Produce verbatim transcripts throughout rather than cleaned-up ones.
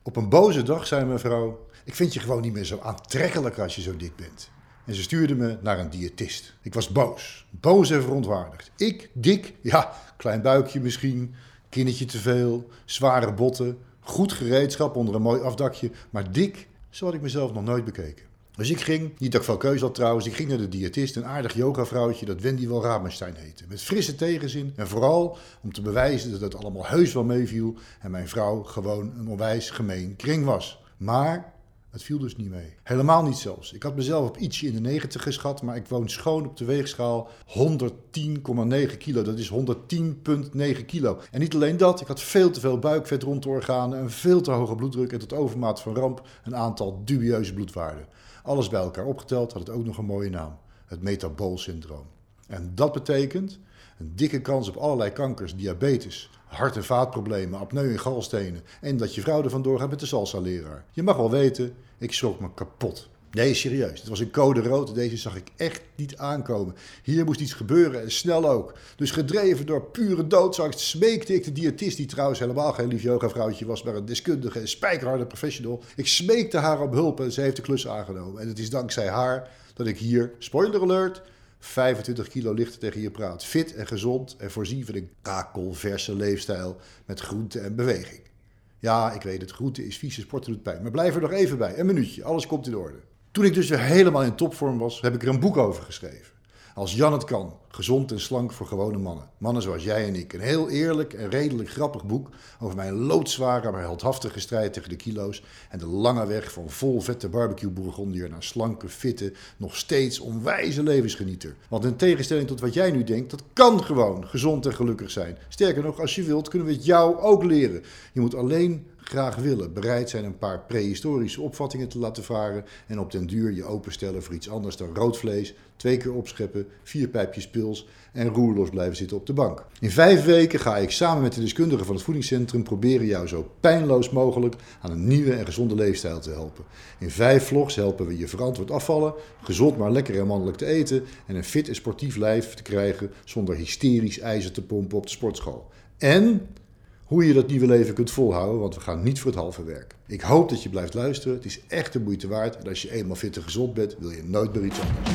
Op een boze dag zei mijn vrouw, ik vind je gewoon niet meer zo aantrekkelijk als je zo dik bent. En ze stuurde me naar een diëtist. Ik was boos. Boos en verontwaardigd. Ik, dik, ja, klein buikje misschien, kinnetje te veel, zware botten, goed gereedschap onder een mooi afdakje, maar dik, zo had ik mezelf nog nooit bekeken. Dus ik ging, niet dat ik veel keuze had trouwens, ik ging naar de diëtist, een aardig yogavrouwtje dat Wendy wel Ramenstein heette. Met frisse tegenzin en vooral om te bewijzen dat het allemaal heus wel meeviel en mijn vrouw gewoon een onwijs gemeen kring was. Maar het viel dus niet mee. Helemaal niet zelfs. Ik had mezelf op ietsje in de negentig geschat, maar ik woon schoon op de weegschaal honderdtien komma negen kilo. Dat is honderdtien komma negen kilo. En niet alleen dat, ik had veel te veel buikvet rond de organen, een veel te hoge bloeddruk en tot overmaat van ramp een aantal dubieuze bloedwaarden. Alles bij elkaar opgeteld had het ook nog een mooie naam. Het metaboolsyndroom. En dat betekent een dikke kans op allerlei kankers, diabetes, hart- en vaatproblemen, apneu en galstenen en dat je vrouw er vandoor gaat met de salsa-leraar. Je mag wel weten, ik schrok me kapot. Nee, serieus. Het was een code rood. Deze zag ik echt niet aankomen. Hier moest iets gebeuren en snel ook. Dus gedreven door pure doodsangst smeekte ik de diëtist, die trouwens helemaal geen lief yoga-vrouwtje was, maar een deskundige en spijkerharde professional. Ik smeekte haar om hulp en ze heeft de klus aangenomen. En het is dankzij haar dat ik hier, spoiler alert, vijfentwintig kilo lichter tegen je praat. Fit en gezond en voorzien van een kakelverse leefstijl met groente en beweging. Ja, ik weet het, groente is vieze, sporten doet pijn. Maar blijf er nog even bij, een minuutje, alles komt in orde. Toen ik dus weer helemaal in topvorm was, heb ik er een boek over geschreven. Als Jan het kan, gezond en slank voor gewone mannen. Mannen zoals jij en ik. Een heel eerlijk en redelijk grappig boek over mijn loodzware maar heldhaftige strijd tegen de kilo's en de lange weg van vol vette barbecue bourgondier naar slanke, fitte, nog steeds onwijze levensgenieter. Want in tegenstelling tot wat jij nu denkt, dat kan gewoon gezond en gelukkig zijn. Sterker nog, als je wilt, kunnen we het jou ook leren. Je moet alleen graag willen, bereid zijn een paar prehistorische opvattingen te laten varen en op den duur je openstellen voor iets anders dan rood vlees, twee keer opscheppen, vier pijpjes pils en roerloos blijven zitten op de bank. In vijf weken ga ik samen met de deskundigen van het voedingscentrum proberen jou zo pijnloos mogelijk aan een nieuwe en gezonde leefstijl te helpen. In vijf vlogs helpen we je verantwoord afvallen, gezond maar lekker en mannelijk te eten en een fit en sportief lijf te krijgen zonder hysterisch ijzer te pompen op de sportschool. En hoe je dat nieuwe leven kunt volhouden, want we gaan niet voor het halve werk. Ik hoop dat je blijft luisteren. Het is echt de moeite waard. En als je eenmaal fit en gezond bent, wil je nooit meer iets anders.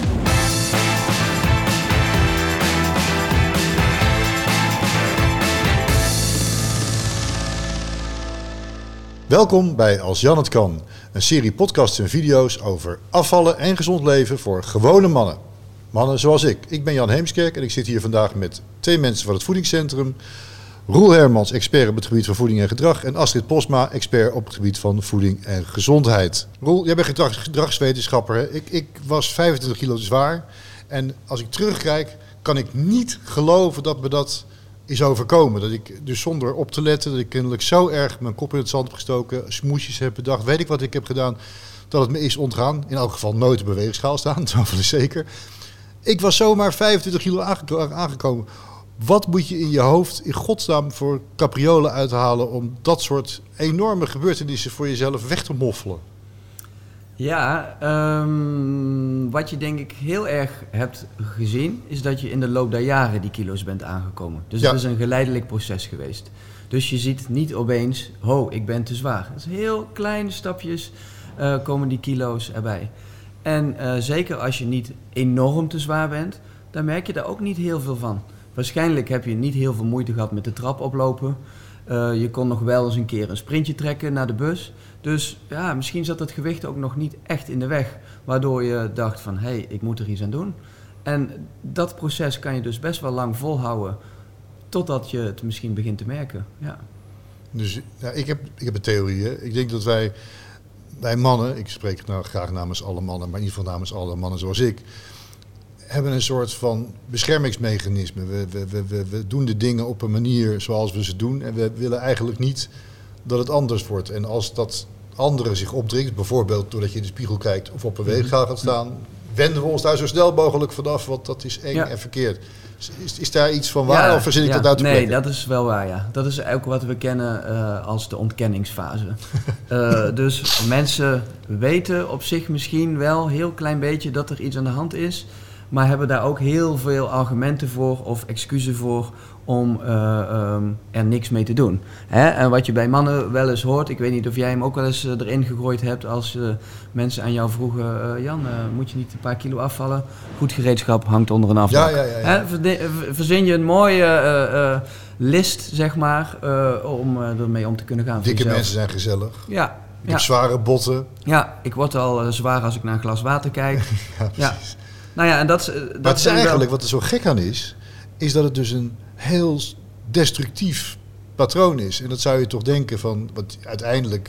Welkom bij Als Jan het kan. Een serie podcasts en video's over afvallen en gezond leven voor gewone mannen. Mannen zoals ik. Ik ben Jan Heemskerk en ik zit hier vandaag met twee mensen van het voedingscentrum. Roel Hermans, expert op het gebied van voeding en gedrag. En Astrid Posma, expert op het gebied van voeding en gezondheid. Roel, jij bent gedrag, gedragswetenschapper. Hè? Ik, ik was vijfentwintig kilo te zwaar. En als ik terugkijk, kan ik niet geloven dat me dat is overkomen. Dat ik dus zonder op te letten, dat ik kennelijk zo erg mijn kop in het zand heb gestoken, smoesjes heb bedacht, weet ik wat ik heb gedaan, dat het me is ontgaan. In elk geval nooit op een weegschaal staan, dat is zeker. Ik was zomaar vijfentwintig kilo aangeko- aangekomen. Wat moet je in je hoofd in godsnaam voor capriolen uithalen om dat soort enorme gebeurtenissen voor jezelf weg te moffelen? Ja, um, wat je denk ik heel erg hebt gezien, is dat je in de loop der jaren die kilo's bent aangekomen. Dus ja. Het is een geleidelijk proces geweest. Dus je ziet niet opeens, ho, ik ben te zwaar. Het is heel kleine stapjes uh, komen die kilo's erbij. En uh, zeker als je niet enorm te zwaar bent, dan merk je daar ook niet heel veel van. Waarschijnlijk heb je niet heel veel moeite gehad met de trap oplopen. Uh, je kon nog wel eens een keer een sprintje trekken naar de bus. Dus ja, misschien zat het gewicht ook nog niet echt in de weg. Waardoor je dacht van, hé, hey, ik moet er iets aan doen. En dat proces kan je dus best wel lang volhouden. Totdat je het misschien begint te merken. Ja. Dus ja, ik, heb, ik heb een theorie. Hè. Ik denk dat wij, wij mannen, ik spreek nou graag namens alle mannen, maar in ieder geval namens alle mannen zoals ik, hebben een soort van beschermingsmechanisme. We, we, we, we, we doen de dingen op een manier zoals we ze doen. En we willen eigenlijk niet dat het anders wordt. En als dat andere zich opdringt, bijvoorbeeld doordat je in de spiegel kijkt of op een weegschaal gaat staan, wenden we ons daar zo snel mogelijk vanaf, want dat is eng ja. en verkeerd. Is, is daar iets van waar ja, of verzin ik ja, dat nou te Nee, plekken? dat is wel waar, ja. Dat is ook wat we kennen uh, als de ontkenningsfase. uh, dus mensen weten op zich misschien wel een heel klein beetje dat er iets aan de hand is. maar hebben daar ook heel veel argumenten voor of excuses voor om uh, um, er niks mee te doen. Hè? En wat je bij mannen wel eens hoort, ik weet niet of jij hem ook wel eens uh, erin gegooid hebt als uh, mensen aan jou vroegen, uh, Jan, uh, moet je niet een paar kilo afvallen? Goed gereedschap hangt onder een afdak. Ja, ja, ja, ja. Hè? Verde- verzin je een mooie uh, uh, list, zeg maar, uh, om uh, ermee om te kunnen gaan. Dikke mensen zijn gezellig. Ja. Ik ja. heb zware botten. Ja, ik word al uh, zwaar als ik naar een glas water kijk. Ja, precies. Ja. Nou ja, en dat, uh, dat maar het is eigenlijk, wel... wat er zo gek aan is, is dat het dus een heel destructief patroon is. En dat zou je toch denken van, wat uiteindelijk,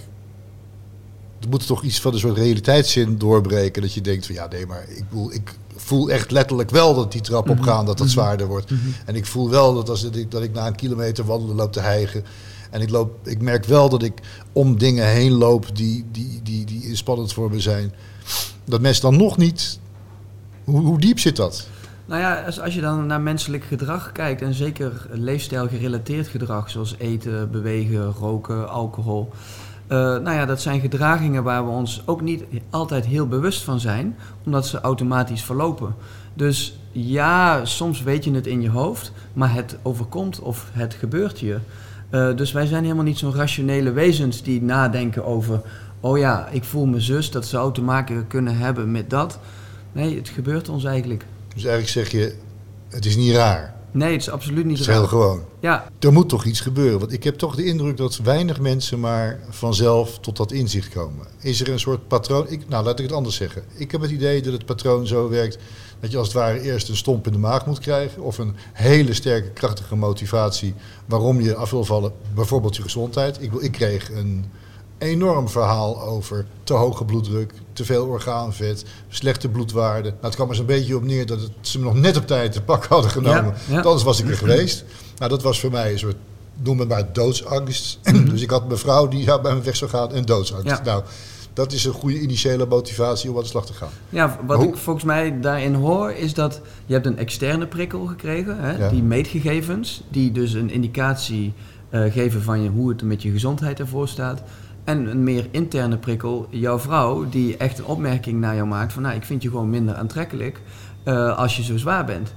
er moet toch iets van een soort realiteitszin doorbreken, dat je denkt van, ja nee, maar ik voel, ik voel echt letterlijk wel dat die trap opgaan, mm-hmm. dat dat zwaarder wordt. Mm-hmm. En ik voel wel dat als ik, dat ik na een kilometer wandelen loop te hijgen. En ik, loop, ik merk wel dat ik om dingen heen loop die, die, die, die spannend voor me zijn. Dat mensen dan nog niet... Hoe, hoe diep zit dat? Nou ja, als, als je dan naar menselijk gedrag kijkt, en zeker leefstijl gerelateerd gedrag, zoals eten, bewegen, roken, alcohol. Uh, nou ja, dat zijn gedragingen waar we ons ook niet altijd heel bewust van zijn, omdat ze automatisch verlopen. Dus ja, soms weet je het in je hoofd, maar het overkomt of het gebeurt je. Uh, dus wij zijn helemaal niet zo'n rationele wezens die nadenken over, oh ja, ik voel me zus, dat zou te maken kunnen hebben met dat. Nee, het gebeurt ons eigenlijk. Dus eigenlijk zeg je, het is niet raar. Nee, het is absoluut niet raar. raar. Het is heel gewoon. Ja. Er moet toch iets gebeuren. Want ik heb toch de indruk dat weinig mensen maar vanzelf tot dat inzicht komen. Is er een soort patroon? Ik, nou, laat ik het anders zeggen. Ik heb het idee dat het patroon zo werkt dat je als het ware eerst een stomp in de maag moet krijgen. Of een hele sterke, krachtige motivatie waarom je af wil vallen. Bijvoorbeeld je gezondheid. Ik, ik kreeg een enorm verhaal over te hoge bloeddruk, te veel orgaanvet, slechte bloedwaarden. Nou, het kwam er zo'n beetje op neer dat het, ze me nog net op tijd te pak hadden genomen. Ja, ja. Anders was ik er geweest. Nou, dat was voor mij een soort, noem het maar, doodsangst. Mm-hmm. Dus ik had mijn vrouw die bij me weg zou gaan en doodsangst. Ja. Nou, dat is een goede initiële motivatie om aan de slag te gaan. Ja, wat Hoe? ik volgens mij daarin hoor is dat je hebt een externe prikkel gekregen, hè, ja. die meetgegevens, die dus een indicatie uh, geven van je, hoe het met je gezondheid ervoor staat. En een meer interne prikkel, jouw vrouw, die echt een opmerking naar jou maakt van, nou, ik vind je gewoon minder aantrekkelijk uh, als je zo zwaar bent.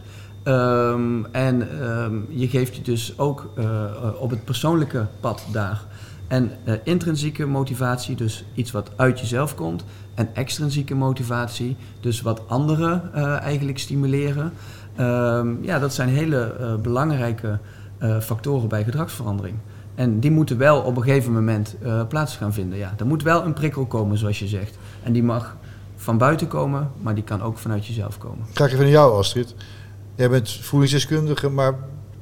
Um, en um, je geeft je dus ook uh, uh, op het persoonlijke pad daar. En uh, intrinsieke motivatie, dus iets wat uit jezelf komt. En extrinsieke motivatie, dus wat anderen uh, eigenlijk stimuleren. Um, ja, dat zijn hele uh, belangrijke uh, factoren bij gedragsverandering. En die moeten wel op een gegeven moment uh, plaats gaan vinden. Ja, er moet wel een prikkel komen, zoals je zegt. En die mag van buiten komen, maar die kan ook vanuit jezelf komen. Ga ik even naar jou, Astrid. Jij bent voedingsdeskundige, maar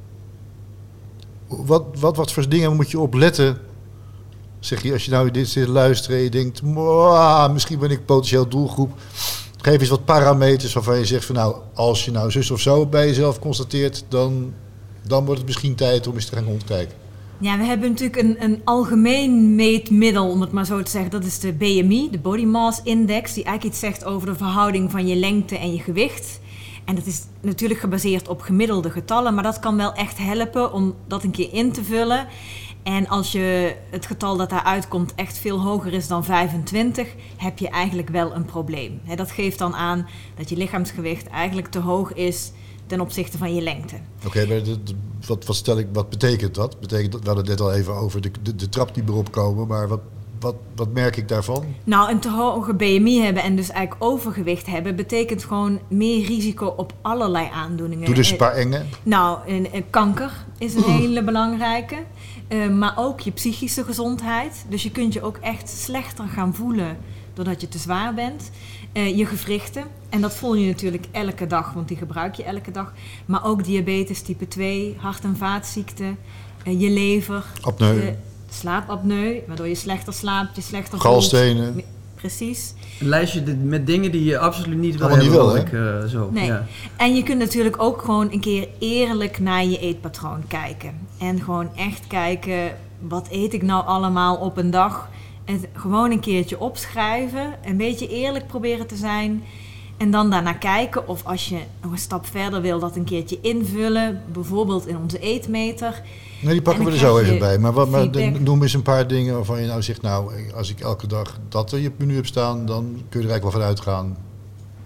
wat, wat, wat voor dingen moet je opletten? Zeg je, als je nou dit zit luisteren en je denkt, misschien ben ik potentieel doelgroep. Geef eens wat parameters waarvan je zegt van nou, als je nou zus of zo bij jezelf constateert, dan, dan wordt het misschien tijd om eens te gaan rondkijken. Ja, we hebben natuurlijk een, een algemeen meetmiddel, om het maar zo te zeggen. Dat is de B M I, de Body Mass Index, die eigenlijk iets zegt over de verhouding van je lengte en je gewicht. En dat is natuurlijk gebaseerd op gemiddelde getallen, maar dat kan wel echt helpen om dat een keer in te vullen. En als je het getal dat daaruit komt echt veel hoger is dan vijfentwintig, heb je eigenlijk wel een probleem. He, dat geeft dan aan dat je lichaamsgewicht eigenlijk te hoog is ten opzichte van je lengte. Oké, okay, wat, wat, stel ik, wat betekent dat? Betekent dat? We hadden het net al even over de, de, de trap die erop komen, maar wat, wat, wat merk ik daarvan? Nou, een te hoge B M I hebben en dus eigenlijk overgewicht hebben, betekent gewoon meer risico op allerlei aandoeningen. Doe dus een paar enge. Nou, een, een kanker is een hele belangrijke. Uh, maar ook je psychische gezondheid. Dus je kunt je ook echt slechter gaan voelen doordat je te zwaar bent. Uh, je gewrichten. En dat voel je natuurlijk elke dag, want die gebruik je elke dag. Maar ook diabetes type twee, hart- en vaatziekten, uh, je lever. Apneu. Uh, slaapapneu, waardoor je slechter slaapt, je slechter galstenen. voelt. Precies. Een lijstje met dingen die je absoluut niet wil hebben. Niet wil, ik, uh, zo. Nee. Ja. En je kunt natuurlijk ook gewoon een keer eerlijk naar je eetpatroon kijken. En gewoon echt kijken, wat eet ik nou allemaal op een dag? En gewoon een keertje opschrijven, een beetje eerlijk proberen te zijn. En dan daarna kijken of als je nog een stap verder wil, dat een keertje invullen. Bijvoorbeeld in onze eetmeter. Nee, die pakken we er zo even bij. Maar, wat, maar noem eens een paar dingen waarvan je nou zegt, nou, als ik elke dag dat in je menu heb staan, dan kun je er eigenlijk wel van uitgaan.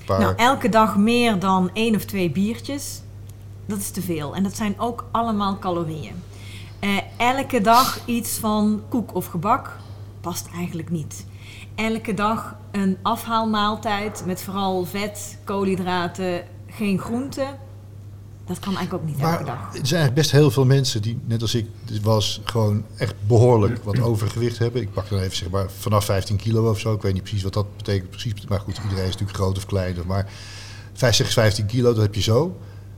paar... Nou, elke dag meer dan één of twee biertjes, dat is te veel. En dat zijn ook allemaal calorieën. Uh, elke dag iets van koek of gebak past eigenlijk niet. Elke dag een afhaalmaaltijd met vooral vet, koolhydraten, geen groenten. Dat kan eigenlijk ook niet maar elke dag. Er zijn eigenlijk best heel veel mensen die, net als ik was, gewoon echt behoorlijk wat overgewicht hebben. Ik pak dan even zeg maar vanaf vijftien kilo of zo. Ik weet niet precies wat dat betekent. Precies, maar goed, iedereen is natuurlijk groot of klein. Maar vijftien kilo, dat heb je zo.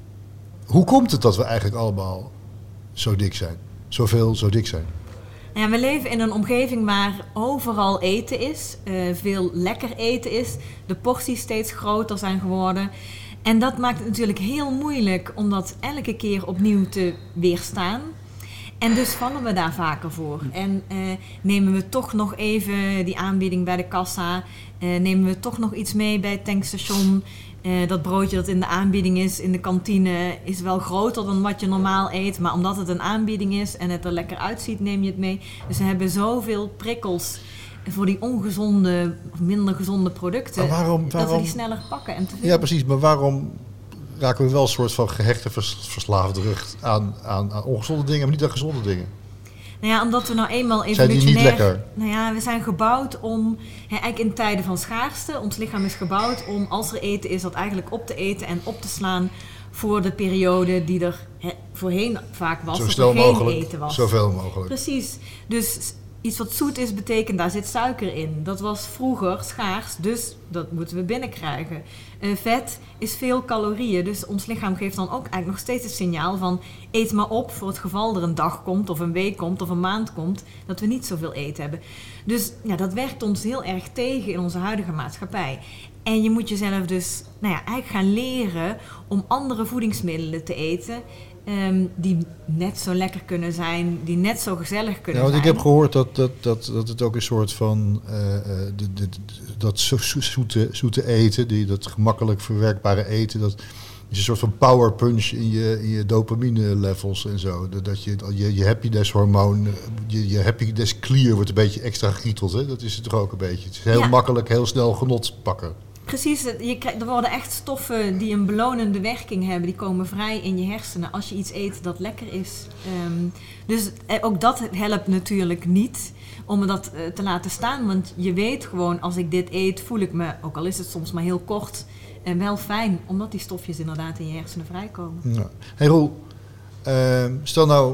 Hoe komt het dat we eigenlijk allemaal zo dik zijn? Zoveel zo dik zijn? Ja, we leven in een omgeving waar overal eten is. Uh, veel lekker eten is. De porties steeds groter zijn geworden. En dat maakt het natuurlijk heel moeilijk om dat elke keer opnieuw te weerstaan. En dus vallen we daar vaker voor. En uh, nemen we toch nog even die aanbieding bij de kassa. Uh, nemen we toch nog iets mee bij het tankstation. Uh, dat broodje dat in de aanbieding is in de kantine is wel groter dan wat je normaal eet. Maar omdat het een aanbieding is en het er lekker uitziet, neem je het mee. Dus we hebben zoveel prikkels voor die ongezonde of minder gezonde producten. Waarom, waarom, dat we die sneller pakken en te veel. Ja, precies. Maar waarom raken we wel een soort van gehechte vers, verslaafde rug aan, aan, aan ongezonde dingen, maar niet aan gezonde dingen? Nou ja, omdat we nou eenmaal evolutionair... Zijn die niet lekker? Nou ja, we zijn gebouwd om... Hè, eigenlijk in tijden van schaarste. Ons lichaam is gebouwd om, als er eten is, dat eigenlijk op te eten en op te slaan voor de periode die er hè, voorheen vaak was. Zo snel dat er geen mogelijk, eten was. Zoveel mogelijk. Precies. Dus iets wat zoet is, betekent daar zit suiker in. Dat was vroeger schaars, dus dat moeten we binnenkrijgen. Uh, vet is veel calorieën, dus ons lichaam geeft dan ook eigenlijk nog steeds het signaal van eet maar op voor het geval er een dag komt of een week komt of een maand komt dat we niet zoveel eten hebben. Dus ja, dat werkt ons heel erg tegen in onze huidige maatschappij. En je moet jezelf dus nou ja, eigenlijk gaan leren om andere voedingsmiddelen te eten. Um, die net zo lekker kunnen zijn, die net zo gezellig kunnen ja, want zijn. Ik heb gehoord dat, dat, dat, dat het ook een soort van uh, de, de, de, dat zo, zoete, zoete eten, die, dat gemakkelijk verwerkbare eten, dat is een soort van power punch in je, in je dopamine levels en zo. Dat je je, je happiness hormoon, je, je happiness clear wordt een beetje extra gieteld. Hè? Dat is het toch ook een beetje. Het is heel ja. makkelijk, heel snel genot pakken. Precies, je krijgt, er worden echt stoffen die een belonende werking hebben. Die komen vrij in je hersenen als je iets eet dat lekker is. Um, dus ook dat helpt natuurlijk niet om dat uh, te laten staan. Want je weet gewoon, als ik dit eet, voel ik me, ook al is het soms maar heel kort, uh, wel fijn. Omdat die stofjes inderdaad in je hersenen vrijkomen. Ja. Hey Roel, uh, stel nou,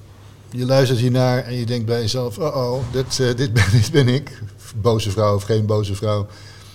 je luistert hiernaar en je denkt bij jezelf, oh oh, dit, uh, dit, ben, dit ben ik. Boze vrouw of geen boze vrouw.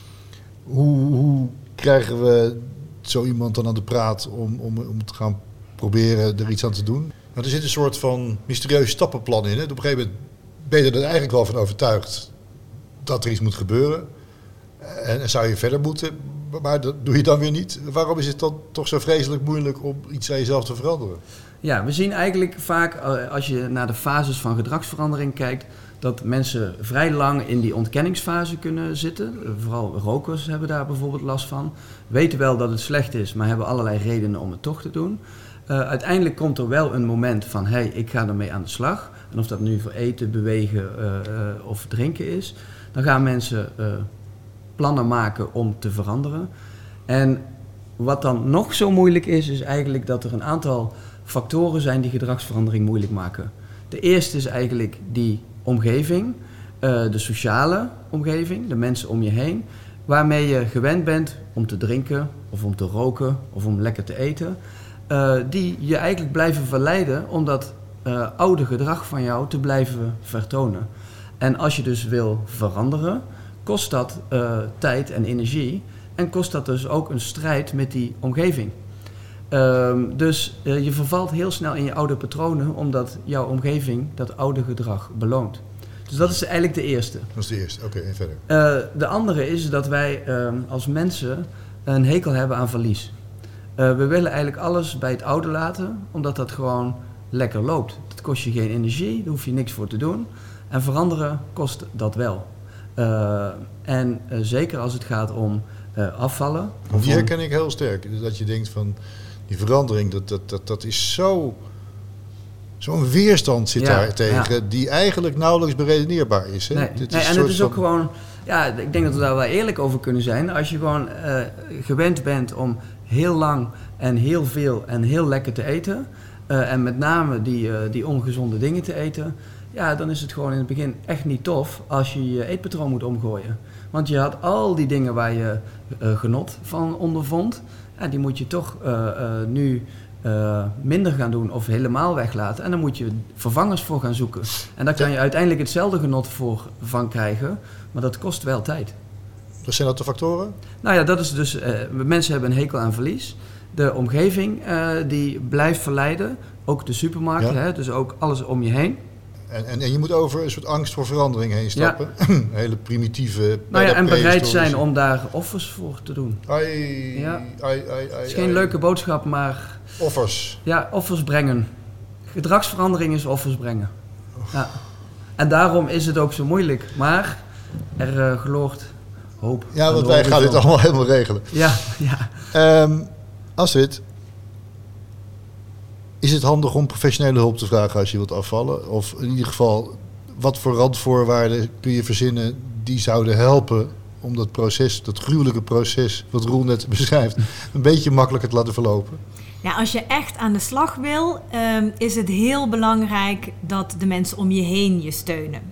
Hoe, hoe krijgen we zo iemand dan aan de praat om, om, om te gaan proberen er iets aan te doen? Nou, er zit een soort van mysterieus stappenplan in. Hè? Op een gegeven moment ben je er eigenlijk wel van overtuigd dat er iets moet gebeuren. En, en zou je verder moeten, maar dat doe je dan weer niet. Waarom is het dan toch zo vreselijk moeilijk om iets aan jezelf te veranderen? Ja, we zien eigenlijk vaak, als je naar de fases van gedragsverandering kijkt, dat mensen vrij lang in die ontkenningsfase kunnen zitten. Vooral rokers hebben daar bijvoorbeeld last van. Weten wel dat het slecht is, maar hebben allerlei redenen om het toch te doen. Uh, uiteindelijk komt er wel een moment van, hé, hey, ik ga ermee aan de slag. En of dat nu voor eten, bewegen uh, uh, of drinken is. Dan gaan mensen uh, plannen maken om te veranderen. En wat dan nog zo moeilijk is, is eigenlijk dat er een aantal factoren zijn die gedragsverandering moeilijk maken. De eerste is eigenlijk die omgeving, uh, de sociale omgeving, de mensen om je heen, waarmee je gewend bent om te drinken of om te roken of om lekker te eten, uh, die je eigenlijk blijven verleiden om dat uh, oude gedrag van jou te blijven vertonen. En als je dus wil veranderen, kost dat uh, tijd en energie en kost dat dus ook een strijd met die omgeving. Uh, dus uh, je vervalt heel snel in je oude patronen, omdat jouw omgeving dat oude gedrag beloont. Dus dat is eigenlijk de eerste. Dat is de eerste, oké, okay, en verder. Uh, de andere is dat wij uh, als mensen een hekel hebben aan verlies. Uh, we willen eigenlijk alles bij het oude laten, omdat dat gewoon lekker loopt. Dat kost je geen energie, daar hoef je niks voor te doen. En veranderen kost dat wel. Uh, en uh, zeker als het gaat om uh, afvallen. Die herken ik heel sterk. Dat je denkt van, die verandering, dat, dat, dat, dat is zo zo'n weerstand zit Ja, daar tegen, ja. die eigenlijk nauwelijks beredeneerbaar is. Hè? Nee, Dit nee, is en een het is soort ook van- gewoon... Ja, ik denk dat we daar wel eerlijk over kunnen zijn. Als je gewoon uh, gewend bent om heel lang en heel veel en heel lekker te eten... Uh, en met name die, uh, die ongezonde dingen te eten... ja, dan is het gewoon in het begin echt niet tof als je je eetpatroon moet omgooien. Want je had al die dingen waar je uh, genot van ondervond... Ja, die moet je toch uh, uh, nu... Uh, minder gaan doen of helemaal weglaten. En dan moet je vervangers voor gaan zoeken. En daar kan je uiteindelijk hetzelfde genot voor van krijgen, maar dat kost wel tijd. Dus zijn dat de factoren? Nou ja, dat is dus... Uh, mensen hebben een hekel aan verlies. De omgeving uh, die blijft verleiden. Ook de supermarkt, Ja. hè, dus ook alles om je heen. En, en, en je moet over een soort angst voor verandering heen stappen. Ja. Een hele primitieve... Nou ja, en bereid zijn om daar offers voor te doen. Ai, ja. ai, ai, ai, Het is geen ai. leuke boodschap, maar... Offers. Ja, offers brengen. Gedragsverandering is offers brengen. Ja. En daarom is het ook zo moeilijk. Maar er uh, gloort hoop. Ja, want wij gaan dit allemaal helemaal regelen. Ja, ja. Um, Astrid, is het handig om professionele hulp te vragen als je wilt afvallen? Of in ieder geval, wat voor randvoorwaarden kun je verzinnen die zouden helpen om dat proces, dat gruwelijke proces, wat Roel net beschrijft, een beetje makkelijker te laten verlopen? Ja, als je echt aan de slag wil, um, is het heel belangrijk dat de mensen om je heen je steunen.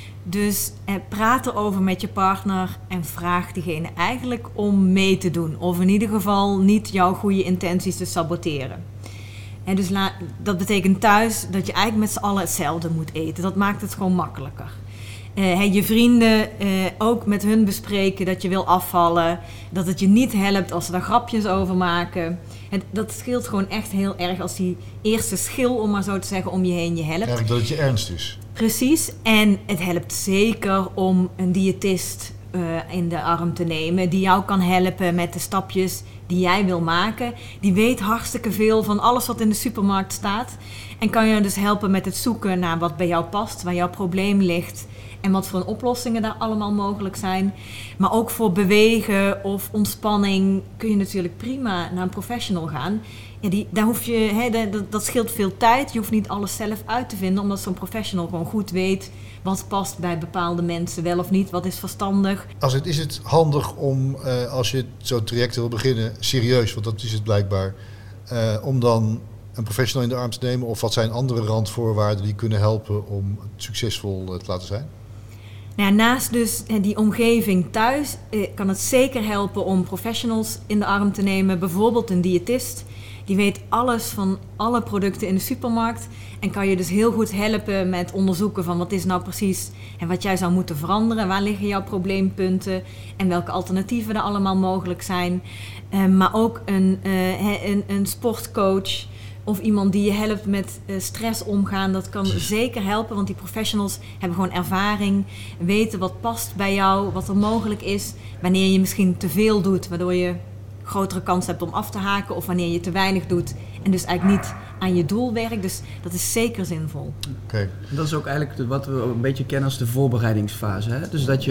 Dus eh, praat erover met je partner en vraag diegene eigenlijk om mee te doen. Of in ieder geval niet jouw goede intenties te saboteren. En dus la- dat betekent thuis dat je eigenlijk met z'n allen hetzelfde moet eten. Dat maakt het gewoon makkelijker. Uh, je vrienden uh, ook met hun bespreken dat je wil afvallen. Dat het je niet helpt als ze daar grapjes over maken. En dat scheelt gewoon echt heel erg als die eerste schil, om maar zo te zeggen, om je heen je helpt. Eigenlijk dat het je ernst is. Precies. En het helpt zeker om een diëtist uh, in de arm te nemen. Die jou kan helpen met de stapjes die jij wil maken. Die weet hartstikke veel van alles wat in de supermarkt staat. En kan je dus helpen met het zoeken naar wat bij jou past, waar jouw probleem ligt. En wat voor oplossingen daar allemaal mogelijk zijn. Maar ook voor bewegen of ontspanning kun je natuurlijk prima naar een professional gaan. Ja, die, daar hoef je, hè, dat, dat scheelt veel tijd. Je hoeft niet alles zelf uit te vinden, omdat zo'n professional gewoon goed weet wat past bij bepaalde mensen, wel of niet, wat is verstandig. Als het, is het handig om, uh, als je zo'n traject wil beginnen, serieus, want dat is het blijkbaar, uh, om dan een professional in de arm te nemen? Of wat zijn andere randvoorwaarden die kunnen helpen om het succesvol uh, te laten zijn? Nou, naast dus die omgeving thuis eh, kan het zeker helpen om professionals in de arm te nemen. Bijvoorbeeld een diëtist. Die weet alles van alle producten in de supermarkt. En kan je dus heel goed helpen met onderzoeken van wat is nou precies en wat jij zou moeten veranderen. Waar liggen jouw probleempunten en welke alternatieven er allemaal mogelijk zijn. Uh, maar ook een, uh, een, een sportcoach of iemand die je helpt met uh, stress omgaan. Dat kan zeker helpen, want die professionals hebben gewoon ervaring. Weten wat past bij jou, wat er mogelijk is. Wanneer je misschien te veel doet, waardoor je grotere kans hebt om af te haken. Of wanneer je te weinig doet en dus eigenlijk niet aan je doel werkt. Dus dat is zeker zinvol. Okay. Dat is ook eigenlijk de, wat we een beetje kennen als de voorbereidingsfase. Hè? Dus dat je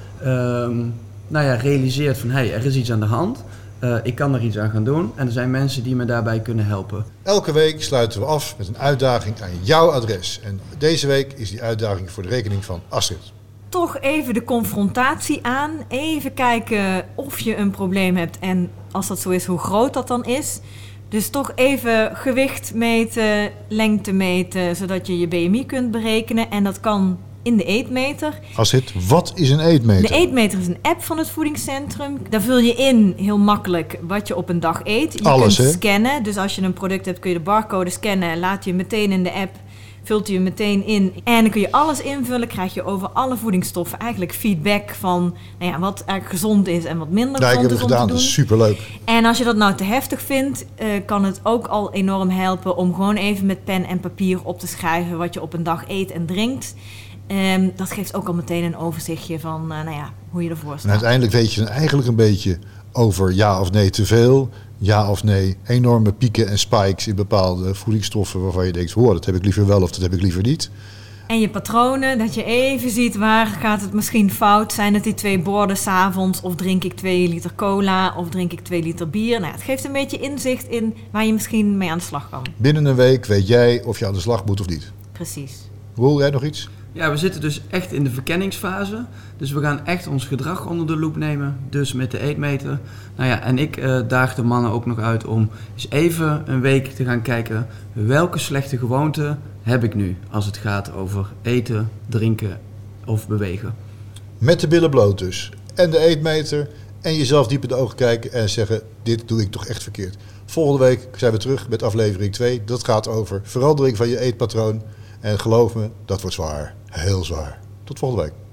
um, nou ja, realiseert van hey, er is iets aan de hand. Uh, ik kan er iets aan gaan doen en er zijn mensen die me daarbij kunnen helpen. Elke week sluiten we af met een uitdaging aan jouw adres. En deze week is die uitdaging voor de rekening van Astrid. Toch even de confrontatie aan. Even kijken of je een probleem hebt en als dat zo is, hoe groot dat dan is. Dus toch even gewicht meten, lengte meten, zodat je je B M I kunt berekenen. En dat kan in de eetmeter. Astrid, wat is een eetmeter? De eetmeter is een app van het voedingscentrum. Daar vul je in, heel makkelijk, wat je op een dag eet. Je Alles, kunt hè? scannen. Dus als je een product hebt, kun je de barcode scannen. Laat je meteen in de app, vult je meteen in. En dan kun je alles invullen. Krijg je over alle voedingsstoffen eigenlijk feedback van nou ja, wat eigenlijk gezond is en wat minder Ja, ik gezond heb is het om gedaan, te dat doen. is superleuk. En als je dat nou te heftig vindt, uh, kan het ook al enorm helpen om gewoon even met pen en papier op te schrijven wat je op een dag eet en drinkt. Um, dat geeft ook al meteen een overzichtje van uh, nou ja, hoe je ervoor staat. En uiteindelijk weet je dan eigenlijk een beetje over ja of nee te veel, ja of nee enorme pieken en spikes in bepaalde voedingsstoffen waarvan je denkt, hoor, dat heb ik liever wel of dat heb ik liever niet. En je patronen, dat je even ziet waar gaat het misschien fout. Zijn het die twee borden 's avonds of drink ik twee liter cola of drink ik twee liter bier? Nou, het geeft een beetje inzicht in waar je misschien mee aan de slag kan. Binnen een week weet jij of je aan de slag moet of niet. Precies. Roel, jij nog iets? Ja, we zitten dus echt in de verkenningsfase. Dus we gaan echt ons gedrag onder de loep nemen. Dus met de eetmeter. Nou ja, en ik uh, daag de mannen ook nog uit om eens even een week te gaan kijken welke slechte gewoonten heb ik nu als het gaat over eten, drinken of bewegen. Met de billen bloot dus. En de eetmeter. En jezelf diep in de ogen kijken en zeggen, dit doe ik toch echt verkeerd. Volgende week zijn we terug met aflevering twee. Dat gaat over verandering van je eetpatroon. En geloof me, dat wordt zwaar. Heel zwaar. Tot volgende week.